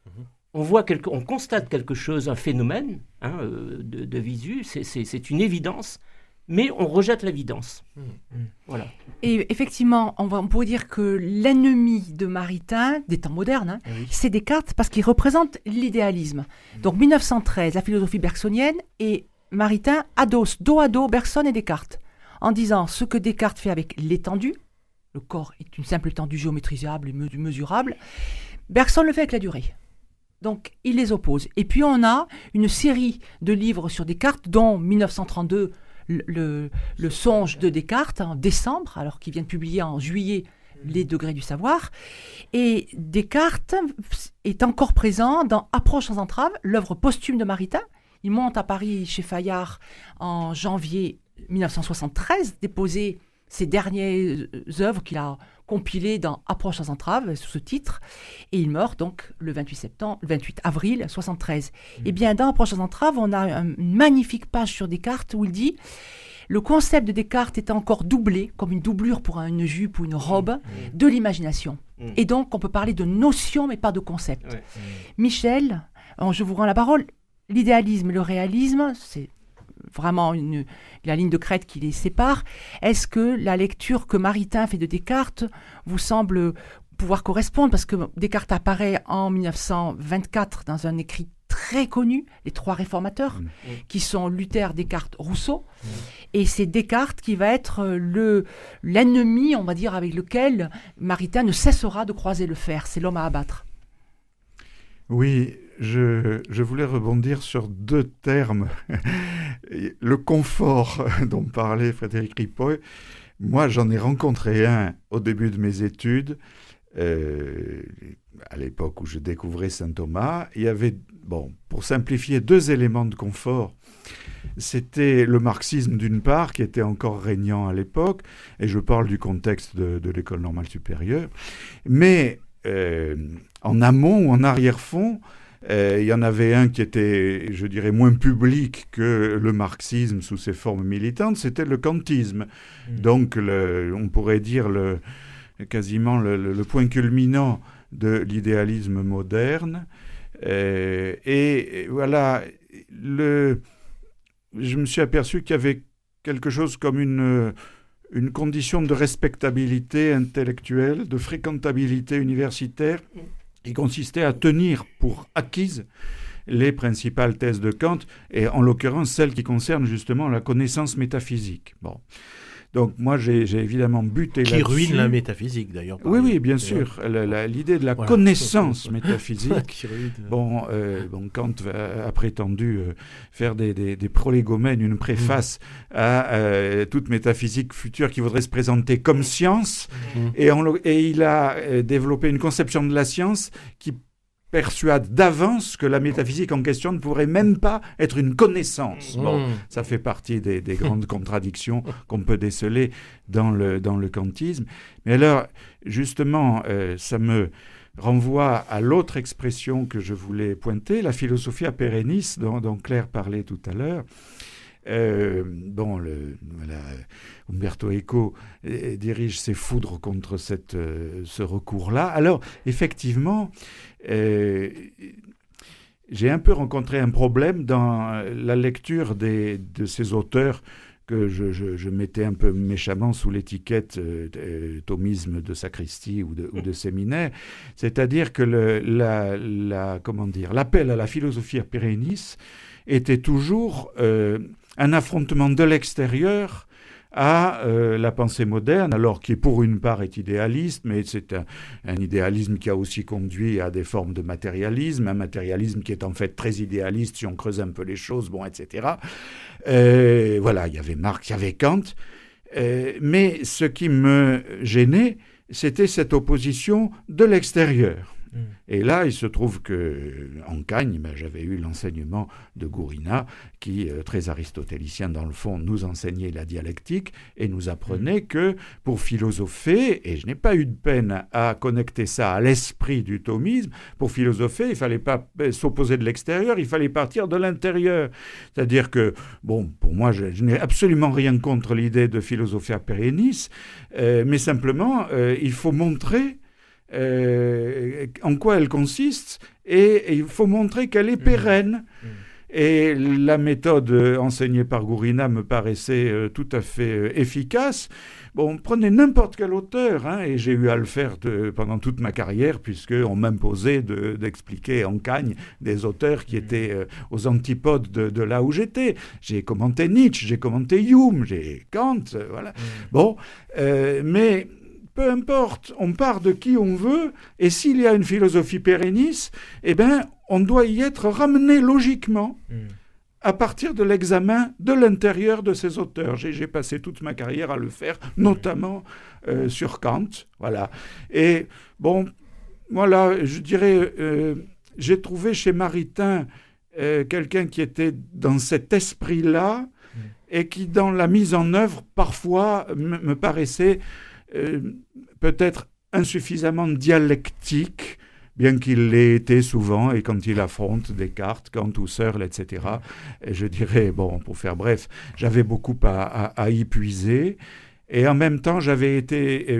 on constate quelque chose, un phénomène de visu, c'est une évidence, mais on rejette l'évidence. Voilà. Et effectivement, on pourrait dire que l'ennemi de Maritain, des temps modernes, c'est Descartes, parce qu'il représente l'idéalisme. Donc 1913, la philosophie bergsonienne, et Maritain adosse dos à dos Bergson et Descartes, en disant ce que Descartes fait avec l'étendue, le corps est une simple étendue géométrisable et mesurable, Bergson le fait avec la durée. Donc, il les oppose. Et puis, on a une série de livres sur Descartes, dont 1932, le songe de Descartes, en décembre, alors qu'il vient de publier en juillet Les degrés du savoir. Et Descartes est encore présent dans Approche sans entrave, l'œuvre posthume de Maritain. Il monte à Paris chez Fayard en janvier 1973, déposer ses dernières œuvres qu'il a compilées dans Approche sans entrave, sous ce titre, et il meurt donc le 28 avril 1973. Et bien, dans Approche sans entrave, on a une magnifique page sur Descartes où il dit « Le concept de Descartes est encore doublé, comme une doublure pour une jupe ou une robe, de l'imagination. Et donc, on peut parler de notion, mais pas de concept. Michel, je vous rends la parole, l'idéalisme et le réalisme, c'est vraiment la ligne de crête qui les sépare. Est-ce que la lecture que Maritain fait de Descartes vous semble pouvoir correspondre? Parce que Descartes apparaît en 1924 dans un écrit très connu, Les Trois Réformateurs, qui sont Luther, Descartes, Rousseau. Et c'est Descartes qui va être l'ennemi, on va dire, avec lequel Maritain ne cessera de croiser le fer. C'est l'homme à abattre. Oui, je voulais rebondir sur deux termes. Le confort dont parlait Frédéric Ripoll, moi j'en ai rencontré un au début de mes études, à l'époque où je découvrais saint Thomas. Il y avait, pour simplifier, deux éléments de confort. C'était le marxisme d'une part, qui était encore régnant à l'époque, et je parle du contexte de l'école normale supérieure, mais en amont ou en arrière-fond, il y en avait un qui était, je dirais, moins public que le marxisme sous ses formes militantes, c'était le kantisme. Donc, on pourrait dire quasiment le point culminant de l'idéalisme moderne. Et voilà, je me suis aperçu qu'il y avait quelque chose comme une condition de respectabilité intellectuelle, de fréquentabilité universitaire, qui consistait à tenir pour acquises les principales thèses de Kant, et en l'occurrence celles qui concernent justement la connaissance métaphysique. Donc moi j'ai évidemment buté là-dessus. Qui ruine la métaphysique d'ailleurs. Oui, bien sûr. L'idée de la connaissance métaphysique. Kant a prétendu faire des prolégomènes, une préface à toute métaphysique future qui voudrait se présenter comme science. Et il a développé une conception de la science qui persuade d'avance que la métaphysique en question ne pourrait même pas être une connaissance. Ça fait partie des grandes contradictions qu'on peut déceler dans le kantisme. Mais alors, justement, ça me renvoie à l'autre expression que je voulais pointer, la philosophia perennis, dont Claire parlait tout à l'heure. Umberto Eco dirige ses foudres contre ce recours-là. Alors, effectivement, j'ai un peu rencontré un problème dans la lecture de ces auteurs que je mettais un peu méchamment sous l'étiquette thomisme de sacristie ou de séminaire. C'est-à-dire que l'appel à la philosophia perennis était toujours un affrontement de l'extérieur à la pensée moderne, alors qui pour une part est idéaliste, mais c'est un idéalisme qui a aussi conduit à des formes de matérialisme, un matérialisme qui est en fait très idéaliste si on creuse un peu les choses, etc. Voilà, il y avait Marx, il y avait Kant, mais ce qui me gênait, c'était cette opposition de l'extérieur. Et là, il se trouve qu'en Cagne, j'avais eu l'enseignement de Gourina, qui, très aristotélicien dans le fond, nous enseignait la dialectique et nous apprenait que pour philosopher, et je n'ai pas eu de peine à connecter ça à l'esprit du thomisme, pour philosopher, il ne fallait pas s'opposer de l'extérieur, il fallait partir de l'intérieur. C'est-à-dire que, pour moi, je n'ai absolument rien contre l'idée de philosophia perennis, mais simplement, il faut montrer en quoi elle consiste et il faut montrer qu'elle est pérenne. Et la méthode enseignée par Gourina me paraissait tout à fait efficace. Prenez n'importe quel auteur, et j'ai eu à le faire pendant toute ma carrière, puisqu'on m'imposait d'expliquer en Cagne des auteurs qui étaient aux antipodes de là où j'étais. J'ai commenté Nietzsche, j'ai commenté Hume, j'ai Kant, voilà. Mais peu importe, on part de qui on veut, et s'il y a une philosophie pérennis, on doit y être ramené logiquement à partir de l'examen de l'intérieur de ces auteurs. J'ai passé toute ma carrière à le faire, notamment sur Kant. Voilà. Et voilà, je dirais, j'ai trouvé chez Maritain quelqu'un qui était dans cet esprit-là et qui, dans la mise en œuvre, parfois me paraissait peut-être insuffisamment dialectique, bien qu'il l'ait été souvent, et quand il affronte Descartes, Kant, Husserl, etc. Et je dirais, pour faire bref, j'avais beaucoup à y puiser, et en même temps, j'avais été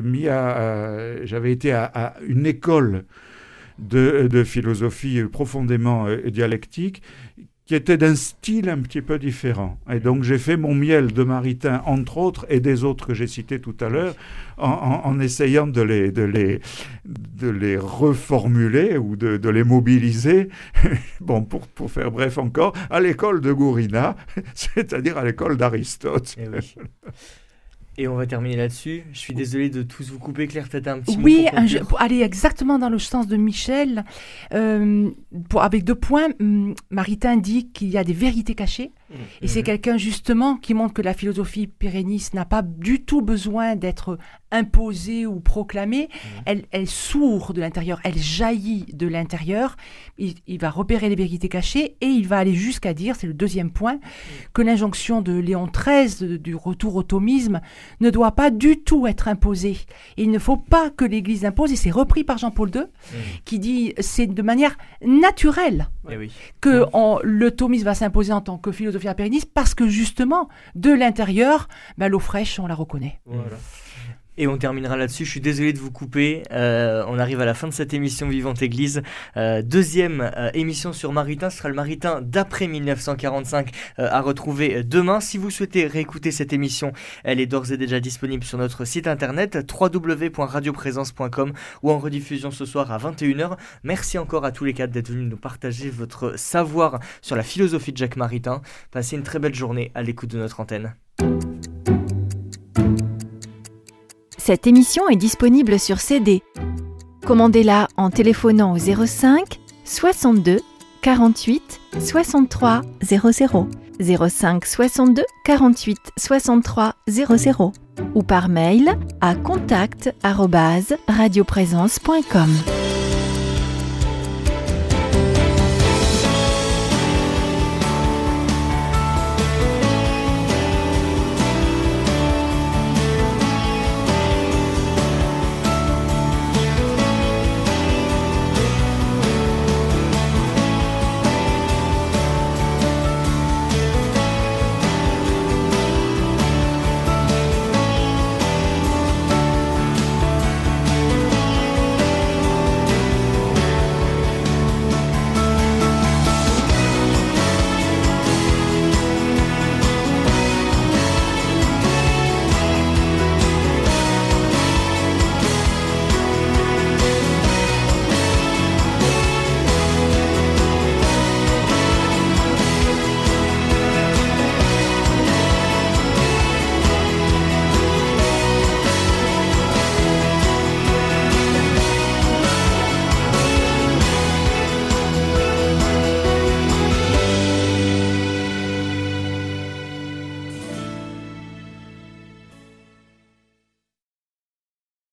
à une école de philosophie profondément dialectique, qui était d'un style un petit peu différent. Et donc j'ai fait mon miel de Maritain, entre autres, et des autres que j'ai cités tout à l'heure, en essayant de les reformuler ou de les mobiliser, pour faire bref encore, à l'école de Gourina, c'est-à-dire à l'école d'Aristote. Et oui. Et on va terminer là-dessus. Je suis désolé de tous vous couper, Claire, peut-être un petit mot. Oui, pour aller exactement dans le sens de Michel, avec 2 points, Maritain dit qu'il y a des vérités cachées, et c'est quelqu'un justement qui montre que la philosophie pérenniste n'a pas du tout besoin d'être imposée ou proclamée, elle sourd de l'intérieur, elle jaillit de l'intérieur, il va repérer les vérités cachées, et il va aller jusqu'à dire, c'est le 2e point, que l'injonction de Léon XIII du retour au thomisme ne doit pas du tout être imposée. Et il ne faut pas que l'Église impose, et c'est repris par Jean-Paul II, qui dit c'est de manière naturelle que le thomisme va s'imposer en tant que philosophie pérennis, parce que justement, de l'intérieur, l'eau fraîche, on la reconnaît. Voilà. Et on terminera là-dessus. Je suis désolé de vous couper. On arrive à la fin de cette émission Vivante Église. 2e émission sur Maritain. Ce sera le Maritain d'après 1945 à retrouver demain. Si vous souhaitez réécouter cette émission, elle est d'ores et déjà disponible sur notre site internet www.radioprésence.com ou en rediffusion ce soir à 21h. Merci encore à tous les 4 d'être venus nous partager votre savoir sur la philosophie de Jacques Maritain. Passez une très belle journée à l'écoute de notre antenne. Cette émission est disponible sur CD. Commandez-la en téléphonant au 05 62 48 63 00, 05 62 48 63 00 ou par mail à contact@radioprésence.com.